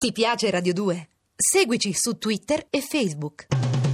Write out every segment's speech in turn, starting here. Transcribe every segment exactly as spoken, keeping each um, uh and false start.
Ti piace Radio due? Seguici su Twitter e Facebook.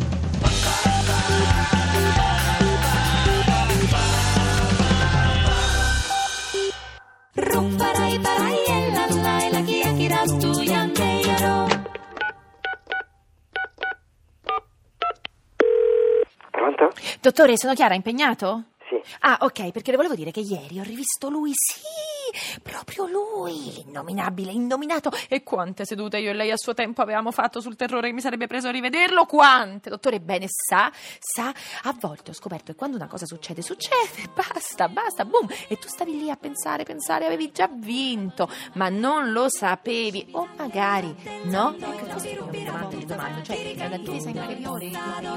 Pronto? Dottore, sono Chiara, impegnato? Sì. Ah, ok, perché le volevo dire che ieri ho rivisto lui, sì, proprio lui, l'innominabile, innominato. E quante sedute io e lei a suo tempo avevamo fatto sul terrore che mi sarebbe preso a rivederlo, quante! Dottore, bene, sa, sa, a volte ho scoperto che quando una cosa succede, succede, basta, basta, boom, e tu stavi lì a pensare, pensare, avevi già vinto, ma non lo sapevi, o magari, no? Ecco, questo è un domando, gli domando, cioè, è una difesa inferiore,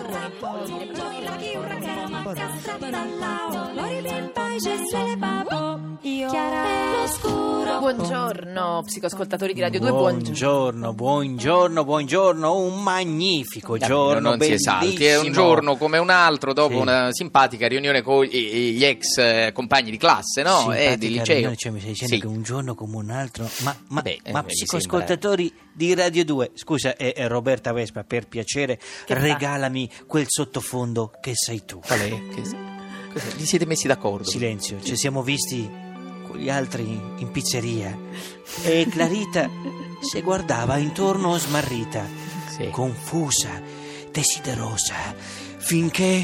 Buongiorno, psicoascoltatori di Radio due, buongiorno. Buongiorno, buongiorno, un magnifico giorno, non si esalti, è un giorno come un altro dopo sì. una simpatica riunione con gli ex eh, compagni di classe, no? E di liceo. Riunione, cioè, mi stai dicendo sì. che un giorno come un altro, ma, ma, Beh, ma eh, psicoascoltatori sembra... di Radio due, scusa, eh, eh, Roberta Vespa, per piacere, che regalami fa? quel sottofondo che sei tu. Qual è? Che... Vi siete messi d'accordo? Silenzio, ci siamo visti con gli altri in pizzeria e Clarita si guardava intorno smarrita, sì. confusa, desiderosa, finché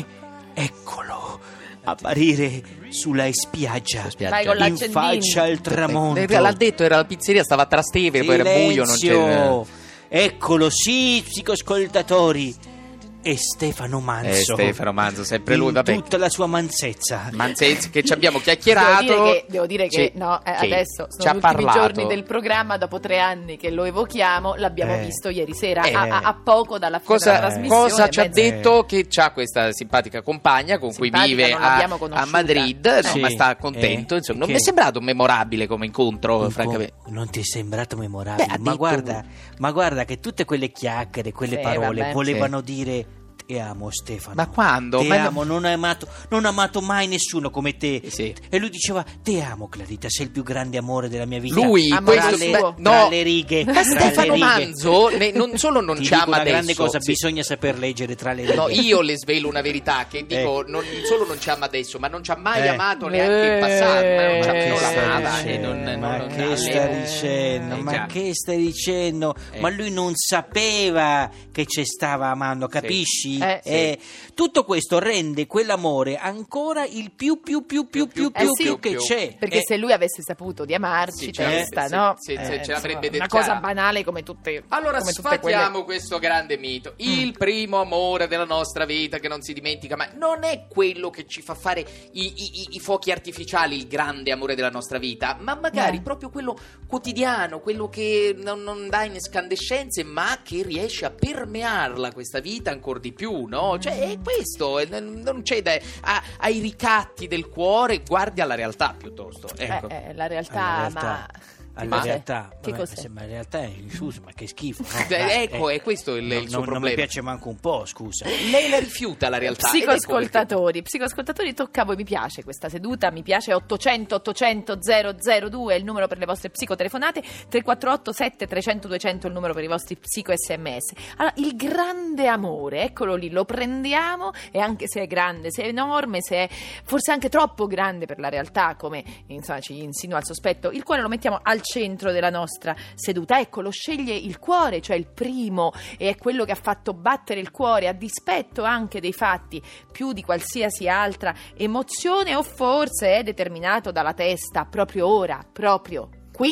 eccolo apparire sulla spiaggia, spiaggia. in faccia al tramonto. L'ha detto, era la pizzeria, stava a Trastevere, poi era buio, non c'era. Eccolo, sì, psicoascoltatori. E Stefano Manzo. Eh, Stefano Manzo, sempre lui, vabbè. Tutta la sua manzezza. Manzezza che ci abbiamo chiacchierato. Devo dire che, devo dire che sì, no, eh, sì, adesso sono ci ha gli ultimi parlato. giorni del programma, dopo tre anni che lo evochiamo, l'abbiamo eh, visto ieri sera, eh, a, a, a poco dalla fine cosa, della trasmissione. Cosa ci ha mezzo... detto? Che c'ha questa simpatica compagna con simpatica, cui vive a, a Madrid, no, sì, ma sta contento. eh, insomma, non che... mi è sembrato memorabile come incontro, Un francamente. po', non ti è sembrato memorabile? Beh, ma, detto... guarda, ma guarda che tutte quelle chiacchiere, quelle sì, parole vabbè, volevano sì. dire... Ti amo Stefano. Ma quando? Ti ma amo, non ho amato, non ho amato mai nessuno come te. Sì. E lui diceva: Ti amo Clarita, sei il più grande amore della mia vita. Lui, tra, questo, le, no, tra le righe. Ma tra Stefano le righe. Manzo ne, non solo non Ti ci dico ama una adesso, grande cosa, sì. bisogna saper leggere tra le righe. No, io le svelo una verità che dico, eh. non solo non ci ama adesso, ma non ci ha mai eh. amato neanche in passato, ma non, ci ha, Eh. non l'amava. Eh. E non, non, ma non, che non, sta eh. dicendo? Eh, ma già. che stai dicendo? Eh. Ma lui non sapeva che ci stava amando, capisci? Sì. Eh, Eh, tutto questo rende quell'amore ancora il più più più più più più, Eh sì, più che più. c'è. Perché Eh. se lui avesse saputo di amarci, Sì, testa, sì, no? sì, sì, Eh, ce insomma, l'avrebbe detto. una cosa Chiara. banale come tutte. Allora come tutte sfatiamo quelle... questo grande mito. Il mm. primo amore della nostra vita che non si dimentica mai. Non è quello che ci fa fare i, i, i fuochi artificiali, il grande amore della nostra vita, ma magari eh. proprio quello quotidiano, quello che non, non dà in escandescenze, ma che riesce a permearla questa vita ancora di più, no? Cioè è questo, non c'è da, a, ai ricatti del cuore, guardi alla realtà piuttosto. Ecco. Eh, eh, la realtà, Alla realtà. ma... Alla Ma- realtà, che vabbè, cos'è? ma in realtà è insulso, ma che schifo. No? Eh, Dai, ecco, eh. è questo il, No, il suo non, problema. non mi piace manco un po', scusa. Lei la rifiuta la realtà. ed ecco perché. Psicoascoltatori, psicoascoltatori, tocca a voi, mi piace questa seduta, mi piace ottocento ottocento zero zero due è il numero per le vostre psicotelefonate, tre quattro otto sette trecento duecento è il numero per i vostri psico sms. Allora, il grande amore, eccolo lì, lo prendiamo e anche se è grande, se è enorme, se è forse anche troppo grande per la realtà, come insomma ci insinua il sospetto, il cuore lo mettiamo al centro della nostra seduta, ecco, lo sceglie il cuore, cioè il primo, e è quello che ha fatto battere il cuore a dispetto anche dei fatti, più di qualsiasi altra emozione, o forse è determinato dalla testa, proprio ora, proprio qui.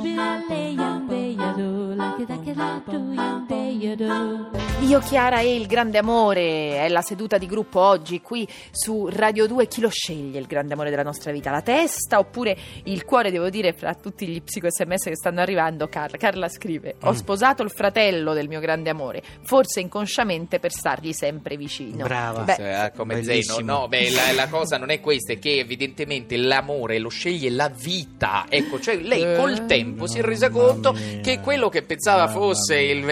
Io, Chiara e il grande amore è la seduta di gruppo oggi qui su Radio due. Chi lo sceglie il grande amore della nostra vita? La testa oppure il cuore? Devo dire, fra tutti gli psico sms che stanno arrivando, Carla, Carla scrive: ho sposato il fratello del mio grande amore, forse inconsciamente per stargli sempre vicino. Brava. Beh, Eh, come Bellissimo. Zeno, no, beh, la, la cosa non è questa, è che evidentemente l'amore lo sceglie la vita. Ecco, cioè lei col tempo si è resa Mamma conto mia. che quello che pensava Mamma fosse il, mia. il grande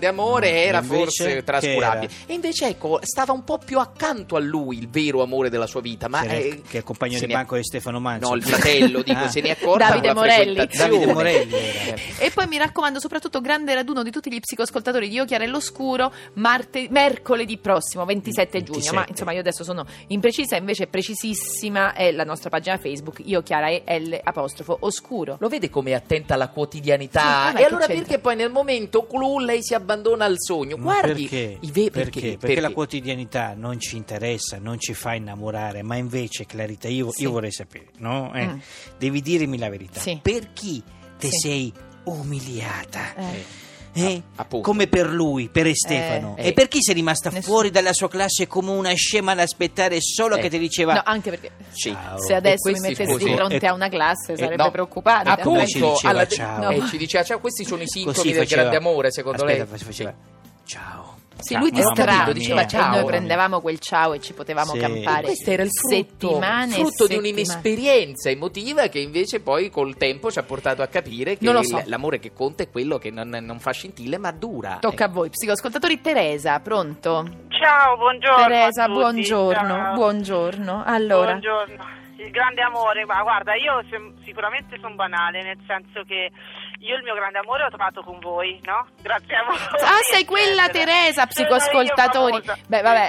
grande amore Mm, era invece forse che trascurabile. era? E invece ecco, stava un po' più accanto a lui il vero amore della sua vita, ma C'era eh, il- che è il compagno se di ne- banco di Stefano Manzo. No, il fratello, dico, Ah. se ne è accorta Davide con la Morelli. frequentazione. Davide Morelli era. E poi mi raccomando, soprattutto grande raduno di tutti gli psicoascoltatori di Io Chiara e l'Oscuro, marte- mercoledì prossimo, ventisette giugno. ventisette. Ma insomma, io adesso sono imprecisa, invece precisissima è la nostra pagina Facebook, Io Chiara e L apostrofo Oscuro. Lo vede come è attenta alla quotidianità? Sì, vabbè, e che allora c'entra? perché poi nel momento clou lei si abbandona al sogno? Ma Guardi, perché? i ve- perché? perché? Perché la quotidianità non ci interessa, non ci fa innamorare, ma invece, Clarita, io, Sì. io vorrei sapere, no? Eh, Mm. Devi dirmi la verità. Sì. Per chi te Sì. sei umiliata? Eh. Eh? Ah, appunto. Come per lui, per Stefano. Eh. E per chi sei rimasta Nessuno. fuori dalla sua classe come una scema ad aspettare solo Eh. che ti diceva No, anche perché Sì. ciao. se adesso E mi questi, mettessi scusi, di fronte eh, a una classe eh, sarebbe no, preoccupante. appunto, Come ci diceva alla- ciao? eh, ci diceva ciao, questi sono i sintomi Così del faceva- grande amore, secondo Aspetta, lei? faceva ciao. Sì, Ciao. lui Mamma distratto, mia. diceva e ciao. noi prendevamo quel ciao e ci potevamo Sì. campare. Questo era il frutto, settimane e frutto di settimane. un'inesperienza emotiva che invece poi col tempo ci ha portato a capire che Non lo so. l- l'amore che conta è quello che non, non fa scintille ma dura. Tocca a voi, psicoascoltatori. Teresa, pronto? Ciao, buongiorno. Teresa, a tutti. buongiorno, Ciao. buongiorno. Allora, Buongiorno. Il grande amore, ma guarda, io sem- sicuramente sono banale, nel senso che io il mio grande amore l'ho trovato con voi, no? Grazie a voi. ah, sei quella eccetera. Teresa, psicoascoltatori. Sono io famosa. Beh, vabbè,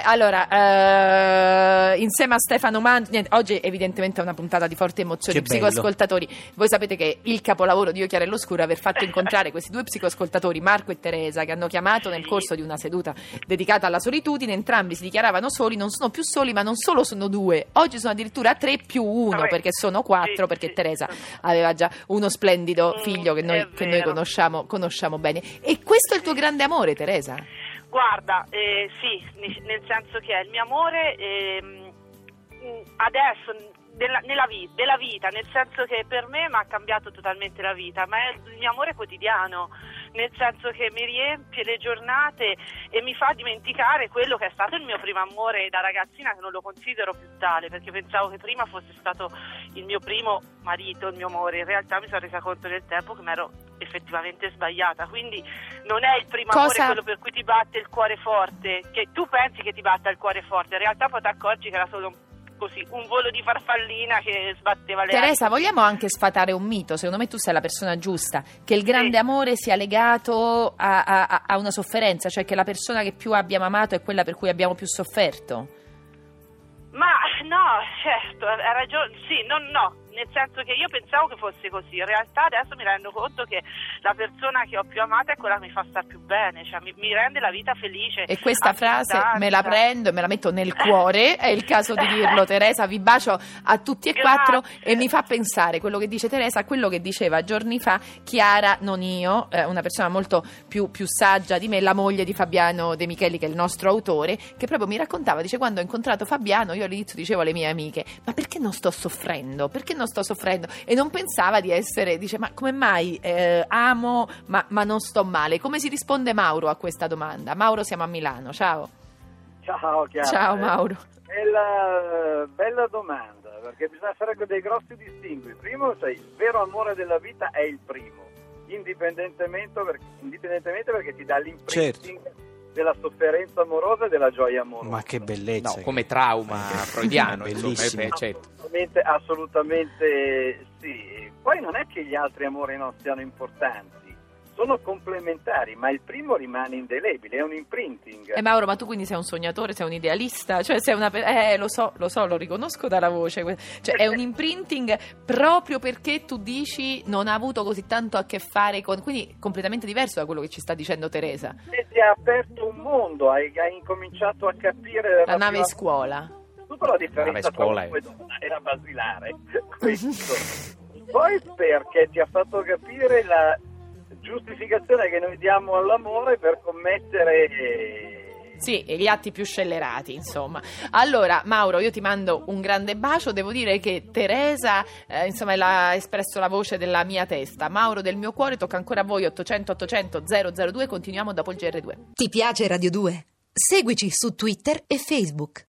allora, eh, insieme a Stefano Manzo, niente, oggi evidentemente è una puntata di forti emozioni. Che bello. Psicoascoltatori, voi sapete che il capolavoro di Io Chiara e l'Oscuro è aver fatto incontrare questi due psicoascoltatori, Marco e Teresa, che hanno chiamato nel corso di una seduta dedicata alla solitudine. Entrambi si dichiaravano soli, non sono più soli, ma non solo sono due, oggi sono addirittura tre più uno, Vabbè, perché sono quattro, sì, perché sì. Teresa aveva già uno splendido Mm, figlio che noi, è che noi vero. conosciamo, conosciamo bene. E questo è il tuo grande amore, Teresa? Guarda, eh, sì, ne- nel senso che è il mio amore ehm, adesso della, nella vi- della vita, nel senso che per me mi ha cambiato totalmente la vita, ma è il mio amore quotidiano, nel senso che mi riempie le giornate e mi fa dimenticare quello che è stato il mio primo amore da ragazzina, che non lo considero più tale, perché pensavo che prima fosse stato il mio primo marito, il mio amore. In realtà mi sono resa conto nel tempo che mi ero effettivamente sbagliata, quindi non è il primo Cosa- amore quello per cui ti batte il cuore forte, che tu pensi che ti batta il cuore forte, in realtà poi ti accorgi che era solo un così un volo di farfallina che sbatteva le Teresa, vogliamo anche sfatare un mito? Secondo me tu sei la persona giusta, che il grande Sì. amore sia legato a, a- a una sofferenza, cioè che la persona che più abbiamo amato è quella per cui abbiamo più sofferto. Ma no, certo, ha ragione, sì, non, no, nel senso che io pensavo che fosse così, in realtà adesso mi rendo conto che la persona che ho più amato è quella che mi fa star più bene, cioè mi, mi rende la vita felice. E questa a frase distanza. me la prendo e me la metto nel cuore, è il caso di dirlo. Teresa, vi bacio a tutti e Grazie. quattro e mi fa pensare quello che dice Teresa a quello che diceva giorni fa Chiara, non io, eh, una persona molto più, più saggia di me, la moglie di Fabiano De Micheli, che è il nostro autore, che proprio mi raccontava, dice: quando ho incontrato Fabiano io all'inizio dicevo alle mie amiche: ma perché non sto soffrendo? Perché non sto soffrendo? E non pensava di essere, dice: ma come mai eh, amo ma, ma non sto male? Come si risponde Mauro a questa domanda? Mauro, siamo a Milano, ciao. Ciao Chiara. Ciao Eh, Mauro. Bella, bella domanda, perché bisogna fare dei grossi distingui. Primo, cioè, il vero amore della vita è il primo, indipendentemente perché, indipendentemente perché ti dà l'imprinting della sofferenza amorosa e della gioia amorosa. Ma che bellezza. No, come trauma freudiano, insomma, Bellissimo. eh, beh, certo. Assolutamente, assolutamente sì. Poi non è che gli altri amori non siano importanti, sono complementari, ma il primo rimane indelebile, è un imprinting. Eh Mauro, ma tu quindi sei un sognatore, sei un idealista, cioè sei una pe- eh lo so, lo so, lo riconosco dalla voce, que- cioè è un imprinting proprio perché tu dici non ha avuto così tanto a che fare con, quindi completamente diverso da quello che ci sta dicendo Teresa. E ti ha aperto un mondo, hai, hai incominciato a capire La nave prima- scuola. tutta la differenza La scuola tra è- uomo e donna era basilare. Questo. Poi perché ti ha fatto capire la giustificazione che noi diamo all'amore per commettere Sì, e gli atti più scellerati, insomma. Allora, Mauro, io ti mando un grande bacio. Devo dire che Teresa, eh, insomma, l'ha espresso la voce della mia testa. Mauro del mio cuore, tocca ancora a voi. ottocento ottocento zero zero due. Continuiamo dopo il G R due. Ti piace Radio due? Seguici su Twitter e Facebook.